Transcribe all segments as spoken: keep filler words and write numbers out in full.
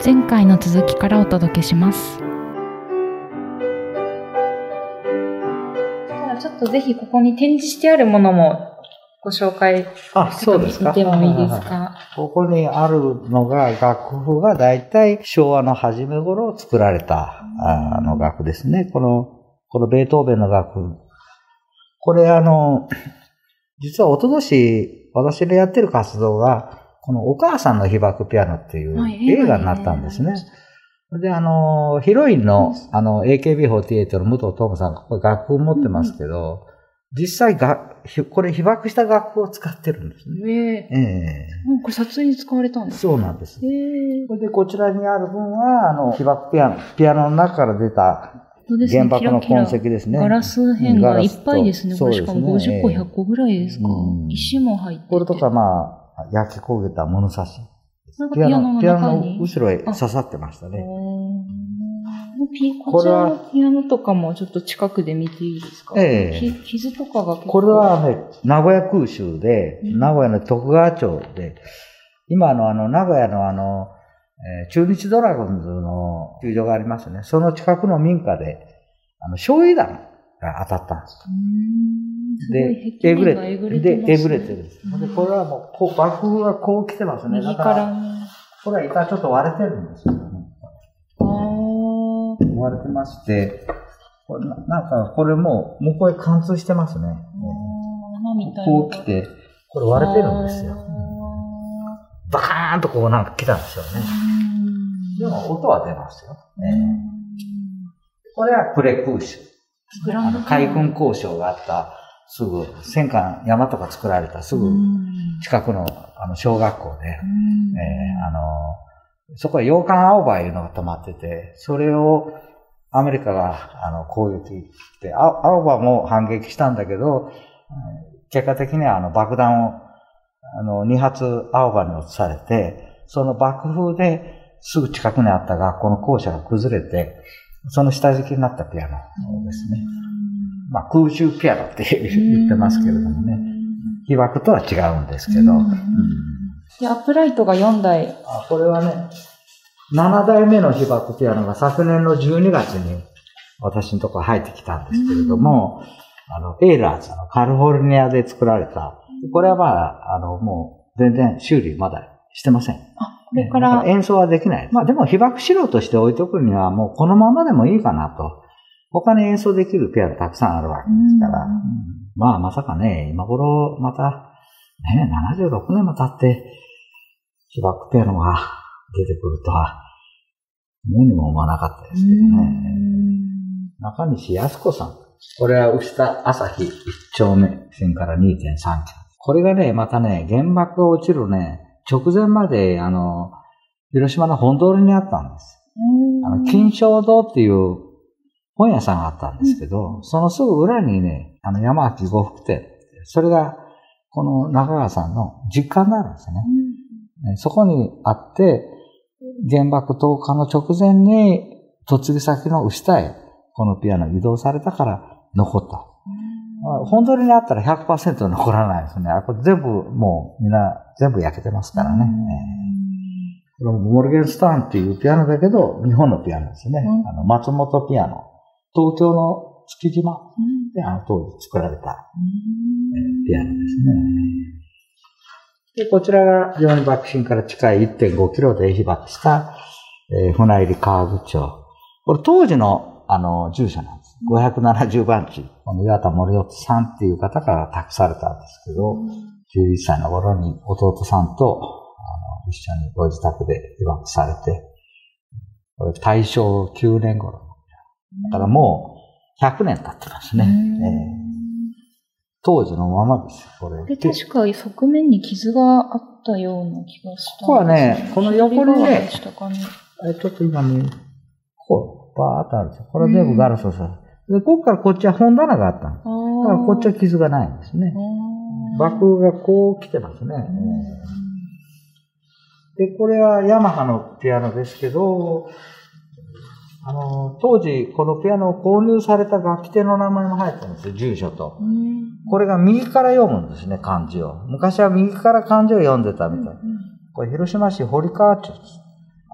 前回の続きからお届けします。 ちょっとぜひここに展示してあるものもご紹介してもいいですか？ ここにあるのが楽譜がだいたい昭和の初め頃作られたあの楽譜ですね。この、このベートーベンの楽譜。これあの、実は一昨年私のやってる活動が、このお母さんの被爆ピアノっていう映画になったんですね。で、あの、ヒロインの、あの、エーケービーフォーティーエイト の武藤智さんがこれ楽譜持ってますけど、うん、実際が、これ被爆した楽譜を使ってるんですね。 えー、えー。これ撮影に使われたんですか？ そうなんです。えー、それで、こちらにある分は、あの、被爆ピアノ、ピアノの中から出た原爆の痕跡ですね。 ガラス片がいっぱいですね。これしかもごじゅっこ、ひゃっこぐらいですか？うん、石も入ってて。 これとか、まあ、焼き焦げた物差し。 ピアノのピアノの後ろへ刺さってましたね。 こちらのピアノとかもちょっと近くで見ていいですか？ええー。傷とかが結構。 これはね、名古屋空襲で、うん、名古屋の徳川町で、今のあの、名古屋のあの、えー、中日ドラゴンズの球場がありますね。その近くの民家で、あの、焼夷弾が当たったんです。で、えぐれて、で、えぐれてるんです。で、これはもう、こう、爆風がこう来てますね。だから、これは板ちょっと割れてるんですよね。割れてまして、これなんか、これもう、向こうへ貫通してますね。こう来て、これ割れてるんですよ。バカーンとこうなんか来たんですよね。でも、音は出ますよ。これはプレ空襲。あの海軍交渉があった、すぐ、戦艦山とか作られたすぐ近くのあの小学校で、えー、あの、そこは洋艦青葉いうのが止まってて、それをアメリカがあの攻撃して、青葉も反撃したんだけど、結果的にはあの爆弾をあのに発青葉に落とされて、その爆風ですぐ近くにあった学校の校舎が崩れて、その下敷きになったピアノですね。まあ空襲ピアノって言ってますけれどもね。被爆とは違うんですけど。うんうん、 でアップライトがよんだい。 あ、これはね、ななだいめの被爆ピアノが昨年のじゅうにがつに私のところ入ってきたんですけれども、あの、エイラーズ、カリフォルニアで作られた。これはまあ、あの、もう全然修理まだしてません。 あ、これから。 演奏はできない。まあでも被爆資料として置いとくにはもうこのままでもいいかなと。他に演奏できるピアノたくさんあるわけですから。うん、まあまさかね、今頃また、ね、ななじゅうろくねんも経って被爆ピアノが出てくるとは、目にも思わなかったですけどね。中西康子さん。これは牛田朝日いっ丁目線から にてんさんキロ。これがね、またね、原爆が落ちるね、直前まで、あの、広島の本通りにあったんです。あの、金正堂っていう本屋さんがあったんですけど、そのすぐ裏にね、あの、山脇呉服店。それが、この中川さんの実家になるんですね。うん、そこにあって、原爆投下の直前に、嫁ぎ先の牛田へ、このピアノ移動されたから残った。うん、本当にあったら ひゃくパーセント 残らないですね。これ全部もうみんな全部焼けてますからね。これもモルゲンスターンっていうピアノだけど、日本のピアノですね。うん、あの松本ピアノ。東京の月島であの当時作られた、うん、ピアノですね。で、こちらが非常に爆心から近い いってんごキロで被爆した、えー、船入川口町。これ当時のあの、住所なんです。ごひゃくななじゅうばんち、この岩田森夫さんっていう方から託されたんですけど、うん、じゅういっさいの頃に弟さんとあの一緒にご自宅で被爆されて、これ大正きゅうねん頃。だからもうひゃくねん経ってますね。えー、当時のままです。これで確か側面に傷があったような気がしたんです。 ここはね、この横にね、ちょっと今ね、こう。バーッとあるんですよ。これは全部ガラスをさ。で、ここからこっちは本棚があったんです。だからこっちは傷がないんですね。爆風がこう来てますね。で、これはヤマハのピアノですけど、あの、当時このピアノを購入された楽器店の名前も入ってるんですよ、住所と。これが右から読むんですね、漢字を。昔は右から漢字を読んでたみたい。これ広島市堀川町です。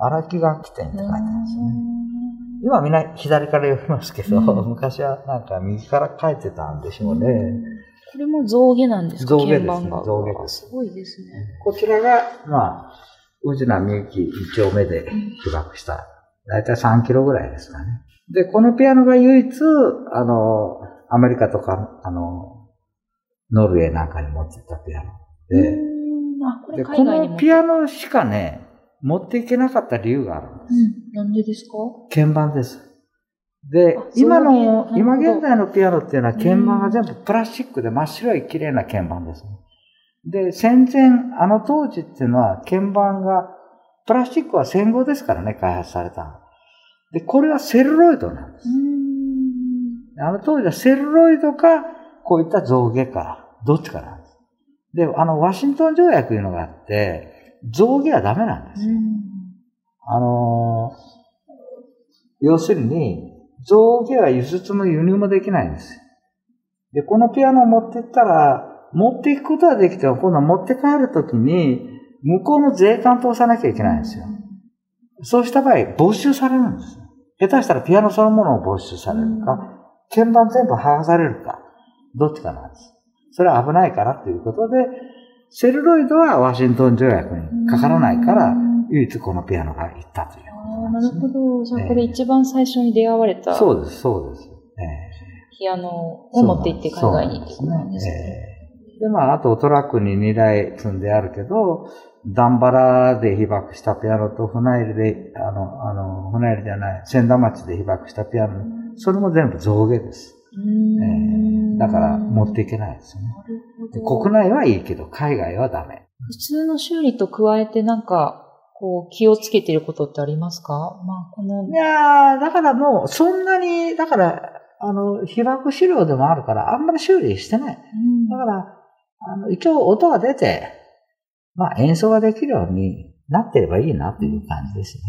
荒木楽器店って書いてますね。今みんな左から読みますけど、うん、昔はなんか右から書いてたんでしょうね。うん、 これも象牙なんですか？ 象牙ですね。象牙です。 すごいですね。 こちらが、まあ、宇品みゆきいち丁目で被爆した、だいたいさんキロぐらいですかね。で、このピアノが唯一、あの、アメリカとか、あの、ノルウェーなんかに持ってったピアノで、こでこのピアノしかね、持っていけなかった理由があるんです。 うん、なんでですか？ 鍵盤です。で、今の、今現在のピアノっていうのは鍵盤が全部プラスチックで真っ白い綺麗な鍵盤ですね。で、戦前、あの当時っていうのは鍵盤が、プラスチックは戦後ですからね、開発されたの。で、これはセルロイドなんです。あの当時はセルロイドか、こういった象牙か、どっちかなんです。で、あの、ワシントン条約というのがあって、象牙はダメなんですよ。あのー、要するに、象牙は輸出も輸入もできないんですよ。で、このピアノを持っていったら、持っていくことはできても、今度は持って帰るときに、向こうの税関通さなきゃいけないんですよ。そうした場合、没収されるんですよ。下手したらピアノそのものを没収されるか、鍵盤全部剥がされるか、どっちかなんです。それは危ないからということで、セルロイドはワシントン条約にかからないから、唯一このピアノが行ったということなんですね。 なるほど。じゃあこれ一番最初に出会われた、えー、 そうです、そうです。えー、ピアノを持って行って海外にってことなんですね。 で、まあ、あとトラックににだい積んであるけど、ダンバラで被爆したピアノと船入りで、あの、あの、船入りじゃない、千田町で被爆したピアノ、それも全部象牙です。えー、だから持っていけないですよね。なるほど。国内はいいけど、海外はダメ。 普通の修理と加えてなんか、こう、気をつけてることってありますか？まあ、この。 いやー、だからもう、そんなに、だから、あの、被爆資料でもあるから、あんまり修理してない。うん、だから、あの、一応音が出て、まあ演奏ができるようになってればいいなっていう感じですね。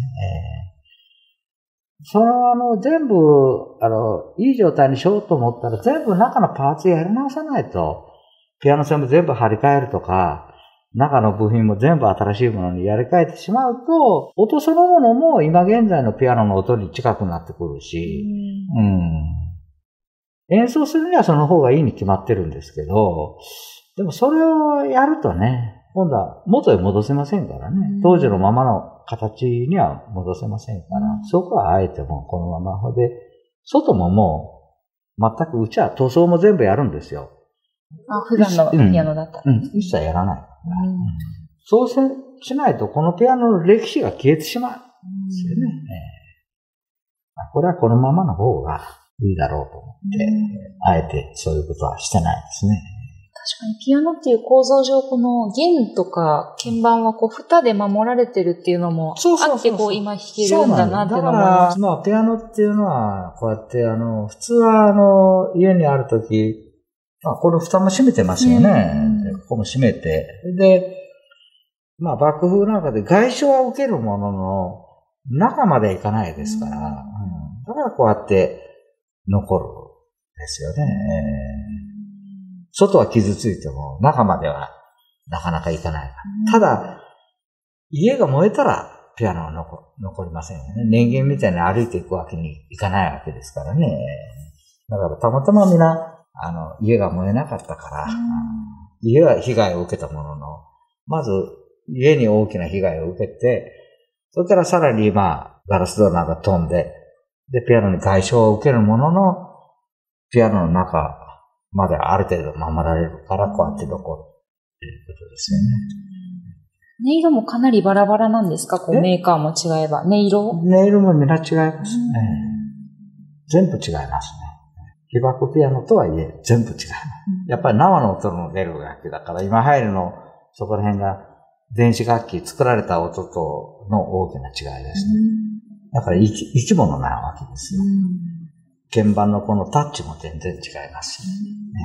えー、その、あの、全部、あの、いい状態にしようと思ったら、全部中のパーツやり直さないと、ピアノ線も全部張り替えるとか、中の部品も全部新しいものにやり替えてしまうと、音そのものも今現在のピアノの音に近くなってくるし、うん、演奏するにはその方がいいに決まってるんですけど、でもそれをやるとね、今度は元へ戻せませんからね。当時のままの形には戻せませんから、そこはあえてもうこのままで、外ももう全くうちは塗装も全部やるんですよ。 あ、普段のピアノだったら、 うん、うん。一切やらない。うん、そうせしないとこのピアノの歴史が消えてしまうんですよね。えー、これはこのままの方がいいだろうと思って、あえてそういうことはしてないですね。 確かにピアノっていう構造上、この弦とか鍵盤はこう蓋で守られてるっていうのもあってこう今弾けるんだなっていうのも。 だから、まあピアノっていうのはこうやってあの、普通はあの、家にあるとき、まあこの蓋も閉めてますよね。うん、ここも閉めて。で、まあ爆風なんかで外傷は受けるものの、中までいかないですから、うん、だからこうやって残るんですよね。外は傷ついても中まではなかなかいかない。ただ、家が燃えたらピアノは 残, 残りませんよね。人間みたいに歩いていくわけにいかないわけですからね。だからたまたまみんな、あの、家が燃えなかったから、家は被害を受けたものの、まず家に大きな被害を受けて、それからさらにまあ、ガラスドアが飛んで、で、ピアノに外傷を受けるものの、ピアノの中まである程度守られるから、こうやって残るっていうことですよね。 音色もかなりバラバラなんですか？こうメーカーも違えば。音色音色もみんな違いますね。全部違いますね。被爆ピアノとはいえ全部違います。やっぱり生の音の出る楽器だから、今入るの、そこら辺が電子楽器作られた音との大きな違いですね。だから生き、生き物なわけですよ。鍵盤のこのタッチも全然違いますし、ね。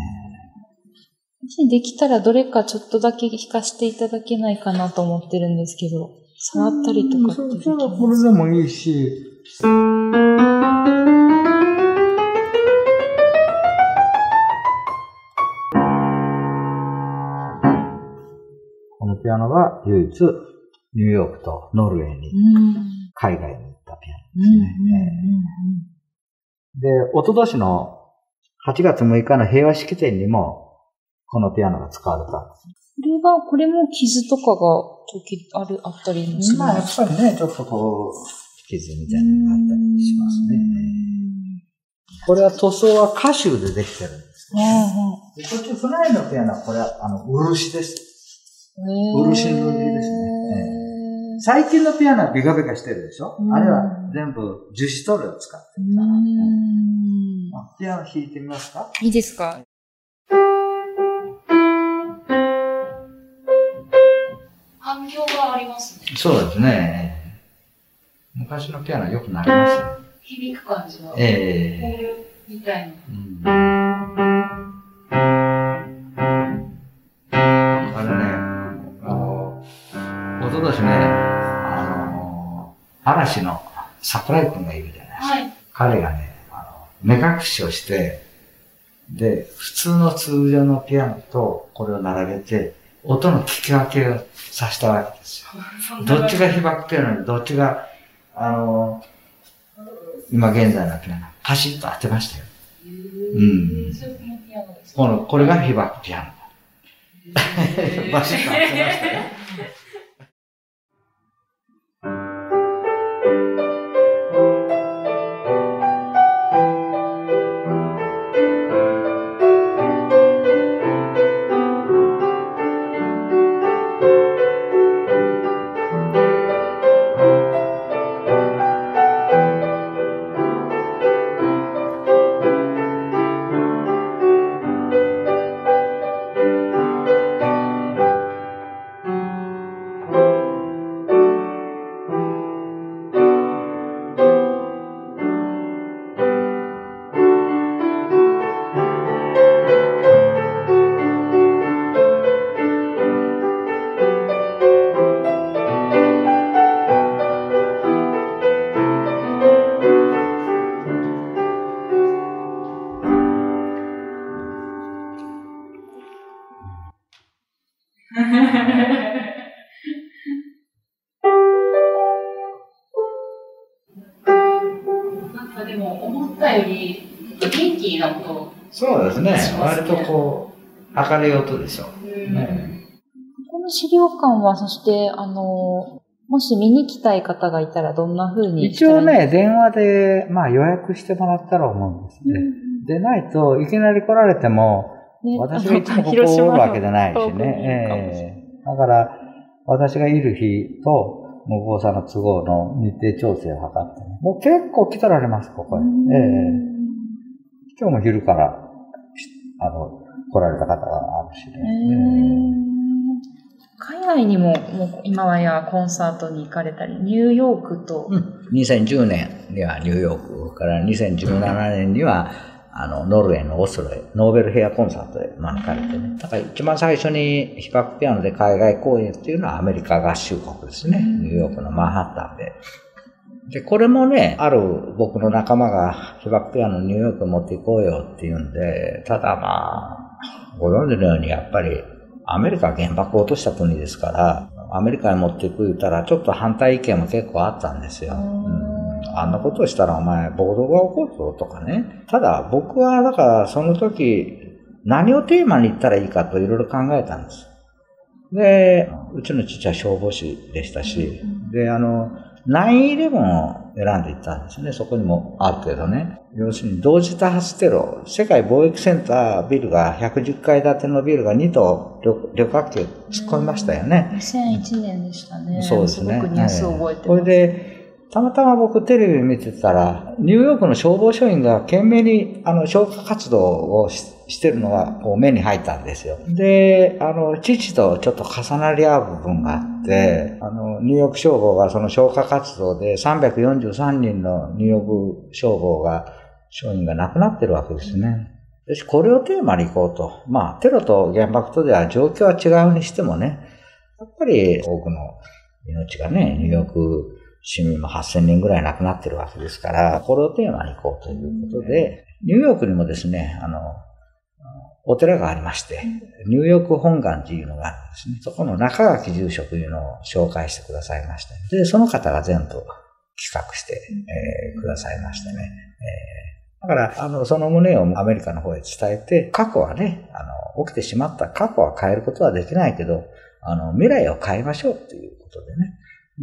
できたらどれかちょっとだけ弾かせていただけないかなと思ってるんですけど、触ったりとかってできますか？ これでもいいし、このピアノが唯一ニューヨークとノルウェーに、海外に行ったピアノですね。で、おととしのはちがつむいかの平和式典にも、このピアノが使われたんです。 これは、これも傷とかが時ある、あったりもする。 まあ、やっぱりね、ちょっとこう、傷みたいなのがあったりしますね。これは塗装はカシューでできてるんですけど、ね。でこっち、船井のピアノはこれは、あの、漆です。漆塗りですね。最近のピアノはビカビカしてるでしょ。あれは全部樹脂塗料を使ってるから、ね。ピアノ弾いてみますか？ いいですか？反響がありますね。 そうですね。昔のピアノはよくなりますよ。 響く感じが。 ええー。みたいな。うん、 あれね、あの、おととしね、あの、嵐の桜井くんがいるじゃないですか。はい、彼がね、目隠しをして、で、普通の通常のピアノとこれを並べて、音の聞き分けをさせたわけですよ。どっちが被爆ピアノで、どっちが、あの、今現在のピアノ、パシッと当てましたよ。うん。この、これが被爆ピアノだ。バシッと当てましたよ。 なんかでも思ったより元気な音。 そうですね。割とこう明るい音でしょ。ね、 この資料館はそしてあのもし見に来たい方がいたらどんな風に一応ね電話でまあ予約してもらったら思うんですね。うん、でないといきなり来られても、ね、私がいつもここおるわけじゃないしね。えー、だから私がいる日と向こうさんの都合の日程調整を図ってね。もう結構来てられます、ここに。ええー、今日も昼から、あの、来られた方があるしね。 海外にも、もう今はやコンサートに行かれたり、ニューヨークと。 うん。にせんじゅうねんにはニューヨークからにせんじゅうななねんには、あの、ノルウェーのオスロへ、ノーベルヘアコンサートへ招かれてね。だから一番最初に被爆ピアノで海外公演っていうのはアメリカ合衆国ですね。ニューヨークのマンハッタンで。で、これもね、ある僕の仲間が被爆ピアノニューヨーク持って行こうよって言うんで、ただまあ、ご存知のようにやっぱりアメリカは原爆を落とした国ですから、アメリカに持っていく言ったらちょっと反対意見も結構あったんですよ。うんあんなことをしたらお前暴動が起こるぞとかね。ただ僕はだからその時何をテーマに言ったらいいかといろいろ考えたんです。で、うちの父は消防士でしたし、で、あの、ナインイレブンを選んでいったんですね。そこにもあるけどね。要するに同時多発テロ、世界貿易センタービルがひゃくじゅっかい建てのビルがに棟旅客機を突っ込みましたよね。 にせんいちねんでしたね。 そうですね。 すごくニュースを覚えてます。 これでたまたま僕テレビ見てたら、ニューヨークの消防署員が懸命にあの消火活動を し, してるのがこう目に入ったんですよ。で、あの、父とちょっと重なり合う部分があって、あの、ニューヨーク消防がその消火活動でさんびゃくよんじゅうさんにんのニューヨーク消防が、署員が亡くなってるわけですね。よし、これをテーマに行こうと。まあ、テロと原爆とでは状況は違うにしてもね、やっぱり多くの命がね、ニューヨーク市民もはっせんにんぐらい亡くなってるわけですから、これをテーマに行こうということで、ニューヨークにもですね、あの、 お寺がありまして、ニューヨーク本願寺いうのがあるんですね。そこの中垣住職いうのを紹介してくださいまして、で、その方が全部企画して、えー、くださいましてね。えー、だから、あの、その旨をアメリカの方へ伝えて、過去はね、あの、起きてしまった過去は変えることはできないけど、あの、未来を変えましょうっていうことでね。うん、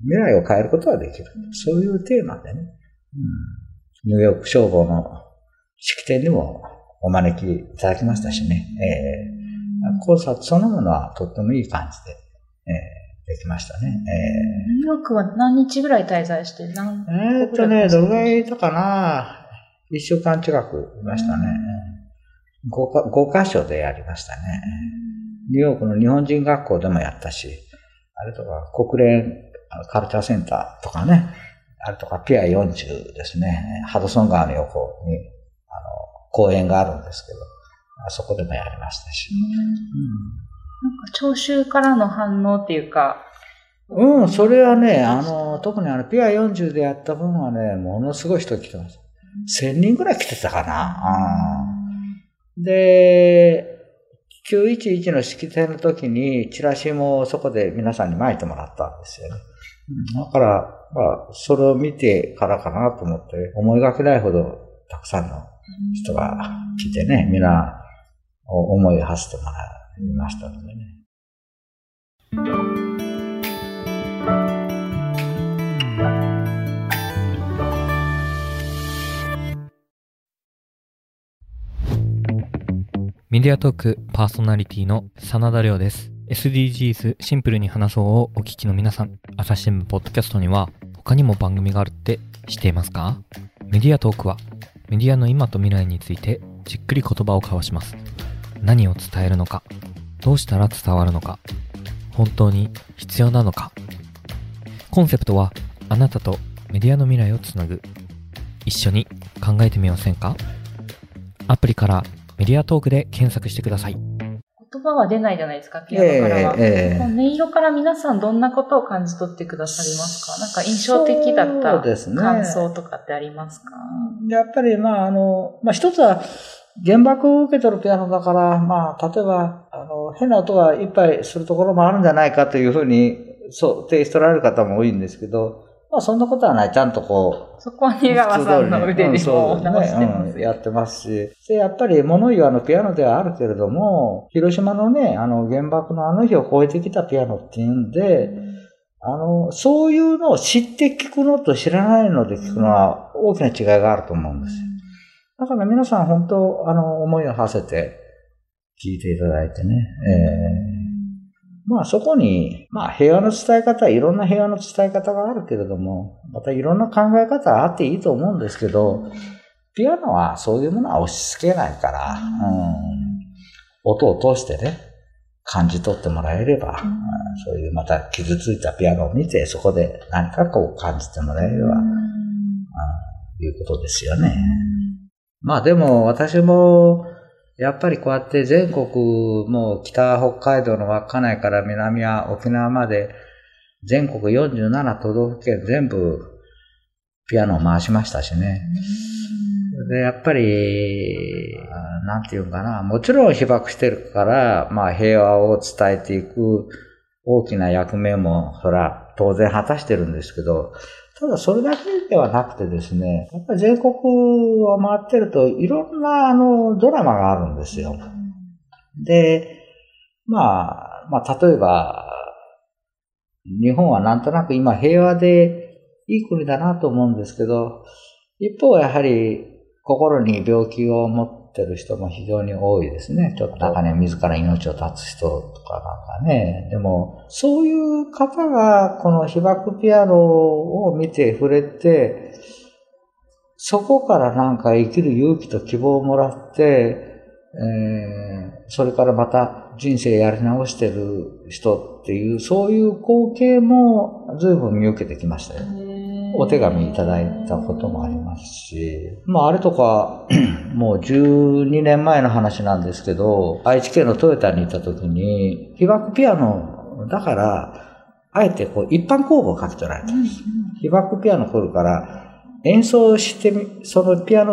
未来を変えることはできる。そういうテーマでね。うん、ニューヨーク消防の式典にもお招きいただきましたしね。えー、考察そのものはとってもいい感じで、えー、できましたね。えー、 ニューヨークは何日ぐらい滞在して何えーっとね、どれぐらいいたかな。一週間近くいましたね。五か、五箇所でやりましたね。ニューヨークの日本人学校でもやったし、あれとか国連カルチャーセンターとかね、あれとかピアよんじゅうですね、ハドソン川の横にあの公園があるんですけど、あそこでもやりましたし。うん、 なんか聴衆からの反応っていうか、 うん、それはね、あの、特にあのピアよんじゅうでやった分はね、ものすごい人来てます。せんにんぐらい来てたかな。うん、で、きゅういちいちの式典の時にチラシもそこで皆さんに巻いてもらったんですよね。だから、まあ、それを見てからかなと思って、思いがけないほどたくさんの人が来てね、みんな思いを馳せてもらいましたのでね。 メディアトークパーソナリティの真田亮です。エスディージーズ シンプルに話そうをお聞きの皆さん、朝日新聞ポッドキャストには他にも番組があるって知っていますか？メディアトークはメディアの今と未来についてじっくり言葉を交わします。何を伝えるのか、どうしたら伝わるのか、本当に必要なのか。コンセプトはあなたとメディアの未来をつなぐ。一緒に考えてみませんか？アプリからメディアトークで検索してください。 言葉は出ないじゃないですか、ピアノからは。えーえー、音色から皆さんどんなことを感じ取ってくださりますか？なんか印象的だった感想とかってありますか？ そうですね。やっぱり、まあ、あの、まあ、一つは、原爆を受け取るピアノだから、まあ、例えば、あの、変な音がいっぱいするところもあるんじゃないかというふうに、そう、提出取られる方も多いんですけど、まあ、そんなことはない。ちゃんとこう。 そこは新川さんの腕でも直してます、 ねうん、やってますし。で、やっぱり物言わぬピアノではあるけれども、広島のね、あの、原爆のあの日を超えてきたピアノっていうんで、うん、あの、そういうのを知って聞くのと知らないので聞くのは大きな違いがあると思うんですよ。だから皆さん本当、あの、思いを馳せて聞いていただいてね。えーまあそこに、まあ平和の伝え方、いろんな平和の伝え方があるけれども、またいろんな考え方があっていいと思うんですけど、ピアノはそういうものは押し付けないから、うん、音を通してね、感じ取ってもらえれば、うん、そういうまた傷ついたピアノを見て、そこで何かこう感じてもらえれば、うん、いうことですよね。まあでも私も、やっぱりこうやって全国、もう北北海道の稚内から南は沖縄まで全国よんじゅうなな都道府県全部ピアノを回しましたしね。で、やっぱり、なんていうんかな、もちろん被爆してるから、まあ平和を伝えていく大きな役目も、そら当然果たしてるんですけど、ただそれだけではなくてですね、やっぱり全国を回ってるといろんなあのドラマがあるんですよ。で、まあ、まあ例えば、日本はなんとなく今平和でいい国だなと思うんですけど、一方やはり心に病気を持ってる人も非常に多いですね。ちょっと中には自ら命を絶つ人とかなんかね。でも、そういう方がこの被爆ピアノを見て触れて、そこからなんか生きる勇気と希望をもらって、えー、それからまた人生やり直してる人っていう、そういう光景も随分見受けてきましたよ。お手紙いただいたこともありますし、まああれとか、もうじゅうにねんまえの話なんですけど、愛知県のトヨタにいた時に、被爆ピアノだから、あえてこう一般公募をかけておられたんです。被爆ピアノ来るから、演奏してみ、そのピアノ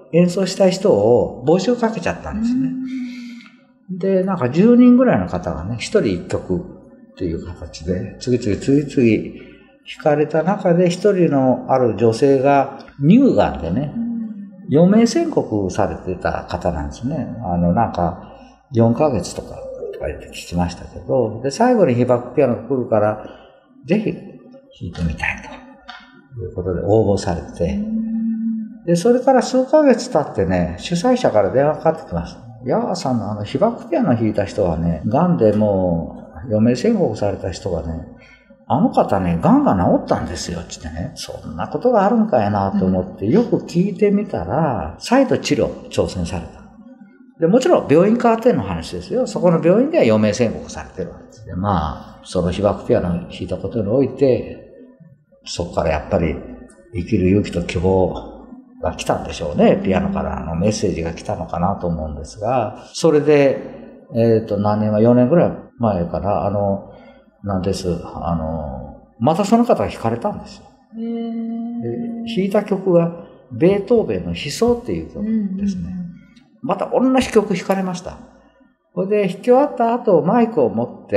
演奏したい人を募集かけちゃったんですね。で、なんかじゅうにんぐらいの方がね、ひとりいっきょくっていう形で、次々次々弾かれた中で、一人のある女性が乳がんでね、余命宣告されてた方なんですね。あの、なんか、よんかげつとか、とか言って聞きましたけど、で、最後に被爆ピアノが来るから、ぜひ弾いてみたいということで応募されて、で、それから数ヶ月経ってね、主催者から電話かかってきます。ヤーさんのあの被爆ピアノ弾いた人はね、癌でもう余命宣告された人がね、あの方ね、癌が治ったんですよって言ってね、そんなことがあるんかいなと思ってよく聞いてみたら、再度治療挑戦された。で、もちろん病院変わっての話ですよ。そこの病院では余命宣告されてるわけです。で、まあ、その被爆ピアノを弾いたことにおいて、そこからやっぱり生きる勇気と希望が来たんでしょうね。ピアノからのメッセージが来たのかなと思うんですが、それで、えっと、何年はよねんぐらい前から、あの、なんです。あの、またその方が弾かれたんですよ。 へー。 で、弾いた曲が、ベートーベンの悲愴っていう曲ですね。うんうん、また同じ曲弾かれました。それで弾き終わった後、マイクを持って、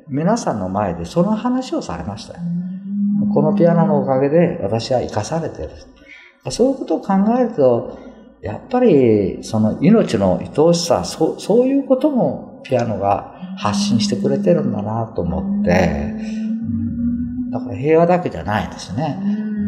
皆さんの前でその話をされましたよ。このピアノのおかげで私は生かされている。そういうことを考えると、やっぱりその命の愛おしさ、そう、そういうこともピアノが発信してくれてるんだなと思って、うん、だから平和だけじゃないですね。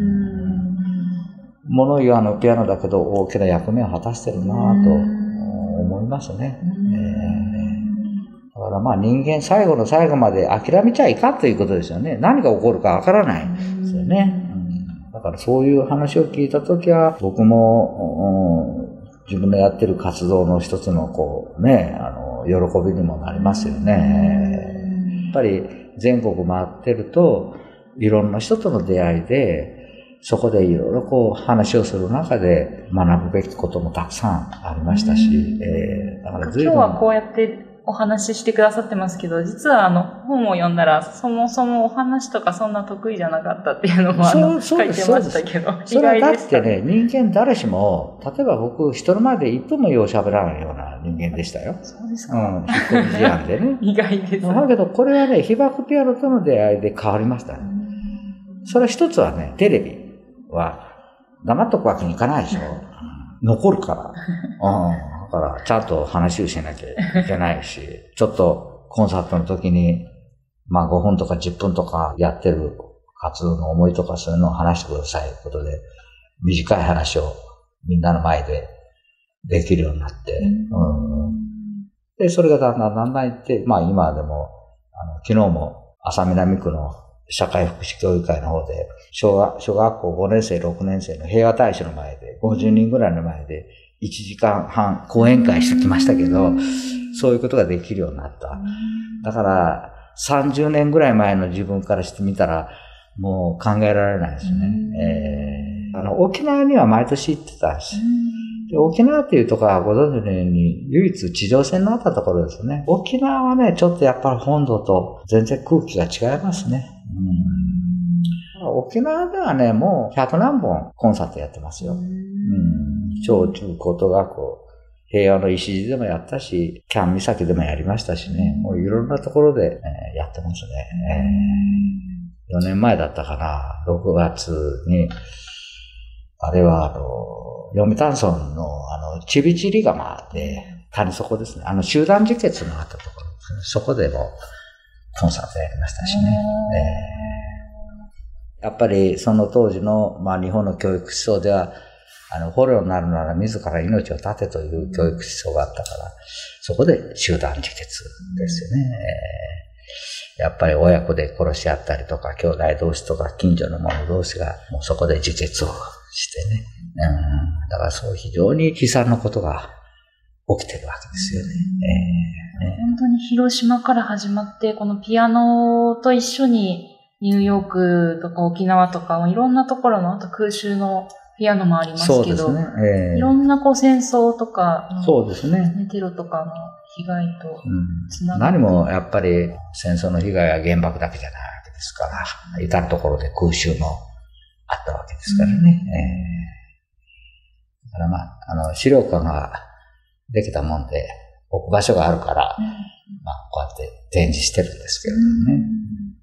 物言わぬピアノだけど大きな役目を果たしてるなと思いますね。えー、だからまあ人間最後の最後まで諦めちゃいかんということですよね。何が起こるかわからないですよね。だからそういう話を聞いたときは、僕も、うん、自分のやってる活動の一つのこうね、あの、喜びにもなりますよね。やっぱり全国回ってると、いろんな人との出会いで、そこでいろいろこう話をする中で学ぶべきこともたくさんありましたし、えー、だから随分今日はこうやってお話ししてくださってますけど、実はあの本を読んだらそもそもお話とかそんな得意じゃなかったっていうのもあの書いてましたけど、 意外でしたね。それはだってね、人間誰しも、例えば僕人の前で一分もよう喋らないような人間でしたよ。 そうですか。 うん、引っ込み思案でね。 意外です。 だけどこれはね、被爆ピアノとの出会いで変わりましたね。それは一つはね、テレビは黙っとくわけにいかないでしょ。残るから。うんだから、ちゃんと話をしなきゃいけないし、ちょっとコンサートの時に、まあごふんとかじゅっぷんとかやってる活動の思いとかそういうのを話してくださいということで、短い話をみんなの前でできるようになって、うん、で、それがだんだんだんだんいって、まあ今でも、あの昨日も浅南区の社会福祉協議会の方で、小学、小学校ごねん生、ろくねん生の平和大使の前で、ごじゅうにんぐらいの前で、いちじかんはん講演会してきましたけど、そういうことができるようになった。だから、さんじゅうねんぐらい前の自分からしてみたら、もう考えられないですね。えー、あの、沖縄には毎年行ってたし、で沖縄っていうところはご存知のように、唯一地上戦のあったところですね。沖縄はね、ちょっとやっぱり本土と全然空気が違いますね。うん、沖縄ではね、もうひゃくなんぼんコンサートやってますよ。うん小中高等学校、平和の礎でもやったし、キャン岬でもやりましたしね、もういろんなところで、えー、やってますね、えー。よねんまえだったかな、ろくがつに、あれはあの、読谷村のあの、ちびちり釜で、谷底ですね、あの集団自決のあったところですね、そこでもコンサートやりましたしね。えー、やっぱりその当時の、まあ、日本の教育思想では、あの、捕虜になるなら自ら命を絶てという教育思想があったから、そこで集団自決ですよね。やっぱり親子で殺し合ったりとか、兄弟同士とか近所の者同士がもうそこで自決をしてね。うん、だからそう非常に悲惨なことが起きてるわけですよね。 えー、本当に広島から始まって、このピアノと一緒にニューヨークとか沖縄とかいろんなところの、あと空襲のピアノもありますけど、そうですね、えー、いろんなこう戦争とかの、 そうですね、 テロとかの被害とつながって、うん、何もやっぱり戦争の被害は原爆だけじゃないわけですから、至るところで空襲もあったわけですからね。うんえだからまあ、あの、資料館ができたもんで、置く場所があるから、うん、まあ、こうやって展示してるんですけれどもね。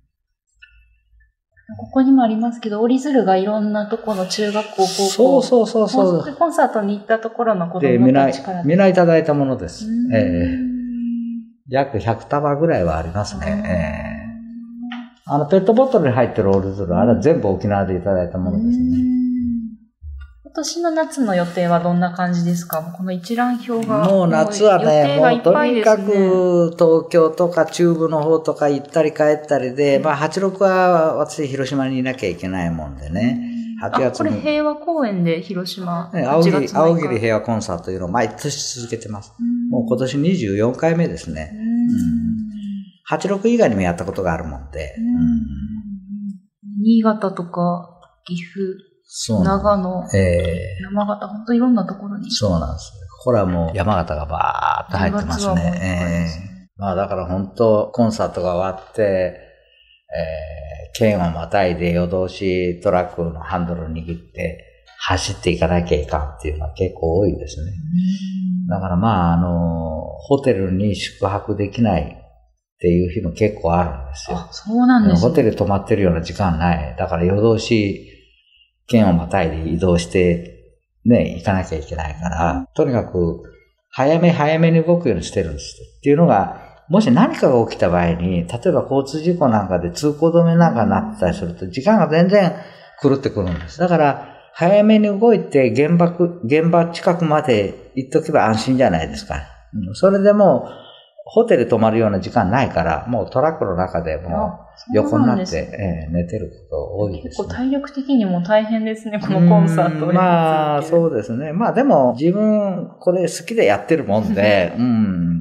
ここにもありますけど、折り鶴がいろんなところの中学校、高校。 そうそうそうそう。 コンサートに行ったところの子供たちから。 みんないただいたものです。えー、約ひゃくたばぐらいはありますね。えー、あの、ペットボトルに入ってる折り鶴、あれは全部沖縄でいただいたものですね。 今年の夏の予定はどんな感じですか？この一覧表が。 もう夏はね、もうとにかく東京とか中部の方とか行ったり帰ったりで、うん、まあはち、ろくは私広島にいなきゃいけないもんでね。 はちがつに。あ、これ平和公園で広島。 ね、青桐、青桐平和コンサートというのを毎年続けてます。うん、もう今年にじゅうよんかいめですね。うん、はち、ろく以外にもやったことがあるもんで。うん、 新潟とか岐阜。長野、えー、山形、本当いろんなところに。 そうなんです。これはもう山形がバーっと入ってますね。えー、まあだから本当コンサートが終わって、えー、県をまたいで夜通しトラックのハンドルを握って走っていかなきゃいかんっていうのは結構多いですね。だからまああの、ホテルに宿泊できないっていう日も結構あるんですよ。 あ、そうなんですね。 ホテル泊まってるような時間ない。だから夜通し県をまたいで移動して、ね、行かなきゃいけないから、とにかく、早め早めに動くようにしてるんですっていうのが、もし何かが起きた場合に、例えば交通事故なんかで通行止めなんかになってたりすると、時間が全然狂ってくるんです。だから、早めに動いて現場、現場近くまで行っとけば安心じゃないですか。うん、それでもう、ホテル泊まるような時間ないから、もうトラックの中でもう横になって、えー、寝てること多いですね。 結構体力的にも大変ですね、このコンサートを。 まあ、そうですね。まあでも、自分、これ好きでやってるもんで、うん。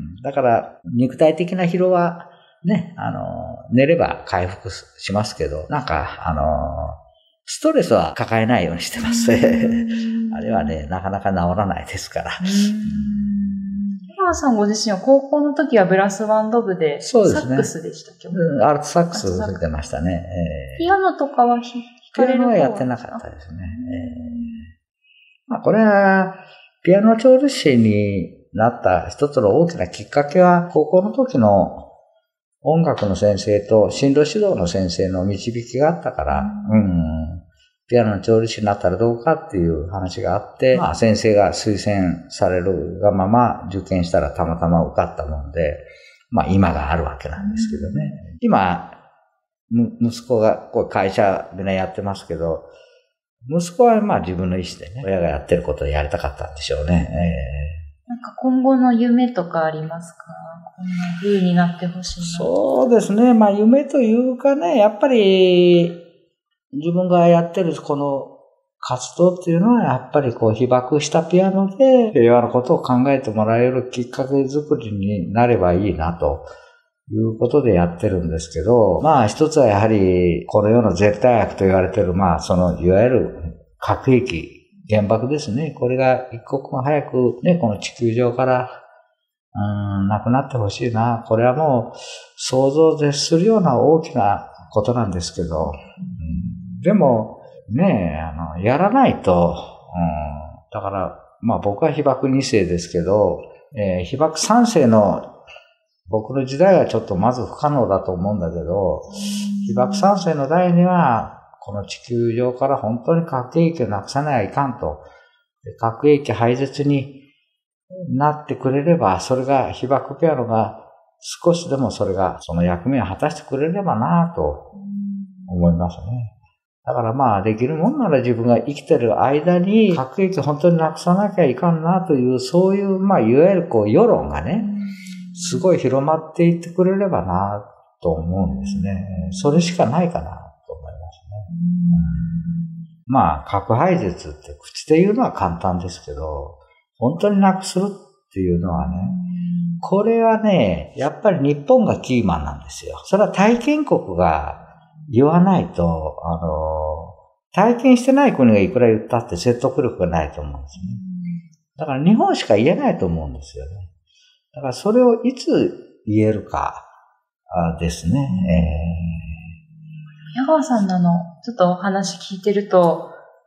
だから、肉体的な疲労は、ね、あの、寝れば回復しますけど、なんか、あの、ストレスは抱えないようにしてます。あれはね、なかなか治らないですから。 山さんご自身は高校の時はブラスバンド部で、そうですね、サックスでしたっけ？ うん、アルトサックス出てましたね。 えー、ピアノとかは弾かれる方は？ ピアノはやってなかったですね。えー、まあ、これは、ピアノ調理師になった一つの大きなきっかけは、高校の時の音楽の先生と進路指導の先生の導きがあったから、うん、うんピアノの調理師になったらどうかっていう話があって、まあ先生が推薦されるがまま受験したらたまたま受かったもんで、まあ今があるわけなんですけどね。今、息子がこう会社でねやってますけど、息子はまあ自分の意思でね、親がやってることをやりたかったんでしょうね。えー、なんか今後の夢とかありますか？こんな風になってほしいな。 そうですね。まあ夢というかね、やっぱり、自分がやってるこの活動っていうのはやっぱりこう被爆したピアノで平和のことを考えてもらえるきっかけ作りになればいいなということでやってるんですけど、まあ一つはやはりこの世の絶対悪と言われてるまあそのいわゆる核兵器、原爆ですね。これが一刻も早くね、この地球上からうーんなくなってほしいな。これはもう想像を絶するような大きなことなんですけど、でも、ねえ、あの、やらないと、うん、だから、まあ僕は被爆に世ですけど、えー、被爆さん世の僕の時代はちょっとまず不可能だと思うんだけど、被爆さん世の代には、この地球上から本当に核兵器をなくさないといかんと、核兵器廃絶になってくれれば、それが被爆ピアノが少しでもそれがその役目を果たしてくれればなと思いますね。だからまあできるもんなら自分が生きてる間に核兵器本当になくさなきゃいかんなというそういうまあいわゆるこう世論がねすごい広まっていってくれればなと思うんですね。それしかないかなと思いますね。まあ核廃絶って口で言うのは簡単ですけど本当になくするっていうのはねこれはねやっぱり日本がキーマンなんですよ。それは体験国が言わないと、あの、体験してない国がいくら言ったって説得力がないと思うんですね。だから日本しか言えないと思うんですよね。だからそれをいつ言えるかですね。 えー、矢川さんのあの、ちょっとお話聞いてると、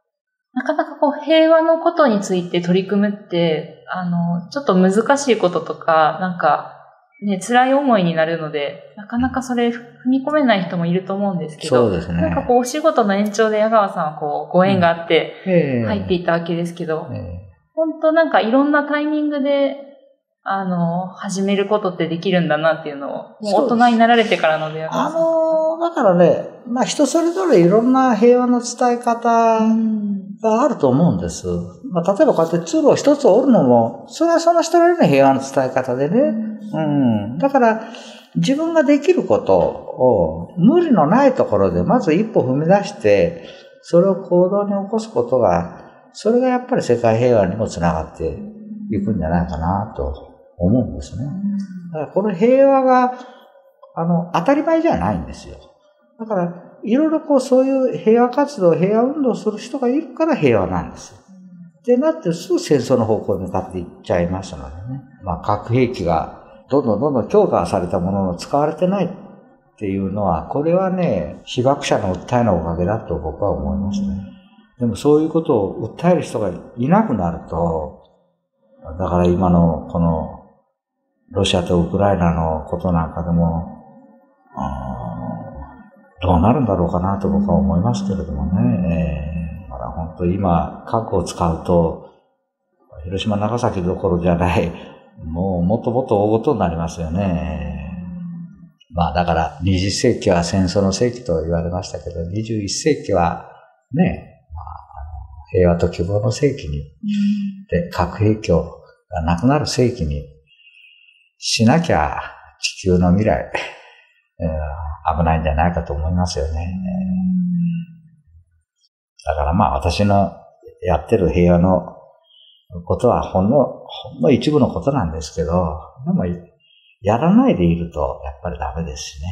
なかなかこう平和のことについて取り組むって、あの、ちょっと難しいこととか、なんか、ね、辛い思いになるので、なかなかそれ踏み込めない人もいると思うんですけど、 そうですね。 なんかこうお仕事の延長で矢川さんはこうご縁があって入っていたわけですけど、 えーえー、 本当なんかいろんなタイミングで、あの、始めることってできるんだなっていうのを、もう大人になられてからので、 あの、だからね、まあ人それぞれいろんな平和の伝え方があると思うんです。まあ例えばこうやって通路を一つ折るのも、それはその人なりの平和の伝え方でね。うん。だから、自分ができることを無理のないところでまず一歩踏み出して、それを行動に起こすことが、それがやっぱり世界平和にもつながっていくんじゃないかなと思うんですね。だからこの平和が、あの、当たり前じゃないんですよ。だから、いろいろこうそういう平和活動、平和運動する人がいるから平和なんです。で、なってすぐ戦争の方向に向かっていっちゃいますのでね。まあ核兵器がどんどんどんどん強化されたものの使われてないっていうのは、これはね、被爆者の訴えのおかげだと僕は思いますね。でもそういうことを訴える人がいなくなると、だから今のこのロシアとウクライナのことなんかでも、どうなるんだろうかなと僕は思いますけれどもね。えー、だから本当に今核を使うと広島長崎どころじゃない、もうもっともっと大事になりますよね。まあだからにじゅっ世紀は戦争の世紀と言われましたけど、にじゅういっ世紀はね、まあ、平和と希望の世紀に、で核兵器がなくなる世紀にしなきゃ地球の未来、えー、危ないんじゃないかと思いますよね。だからまあ私のやってる平和のことはほんの、ほんの一部のことなんですけど、でもやらないでいるとやっぱりダメですしね。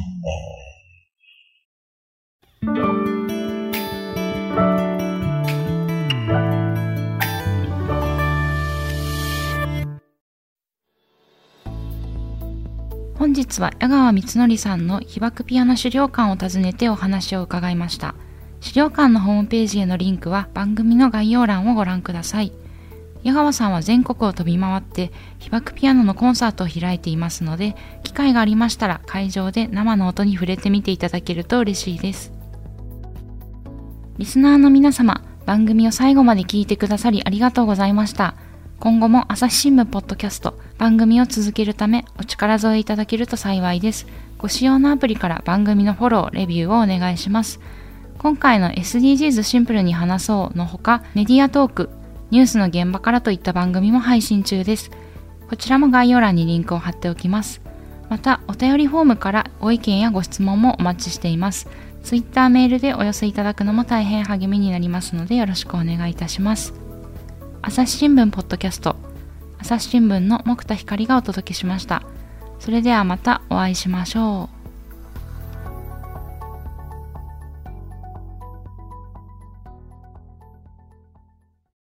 本日は矢川光則さんの被爆ピアノ資料館を訪ねてお話を伺いました。資料館のホームページへのリンクは番組の概要欄をご覧ください。矢川さんは全国を飛び回って被爆ピアノのコンサートを開いていますので、機会がありましたら会場で生の音に触れてみていただけると嬉しいです。リスナーの皆様、番組を最後まで聞いてくださりありがとうございました。今後も朝日新聞ポッドキャスト番組を続けるためお力添えいただけると幸いです。ご使用のアプリから番組のフォロー、レビューをお願いします。今回の エスディージーズ シンプルに話そうのほか、メディアトーク、ニュースの現場からといった番組も配信中です。こちらも概要欄にリンクを貼っておきます。また、お便りフォームからご意見やご質問もお待ちしています。ツイッター、メールでお寄せいただくのも大変励みになりますのでよろしくお願いいたします。朝日新聞ポッドキャスト、朝日新聞の木田光がお届けしました。それではまたお会いしましょう。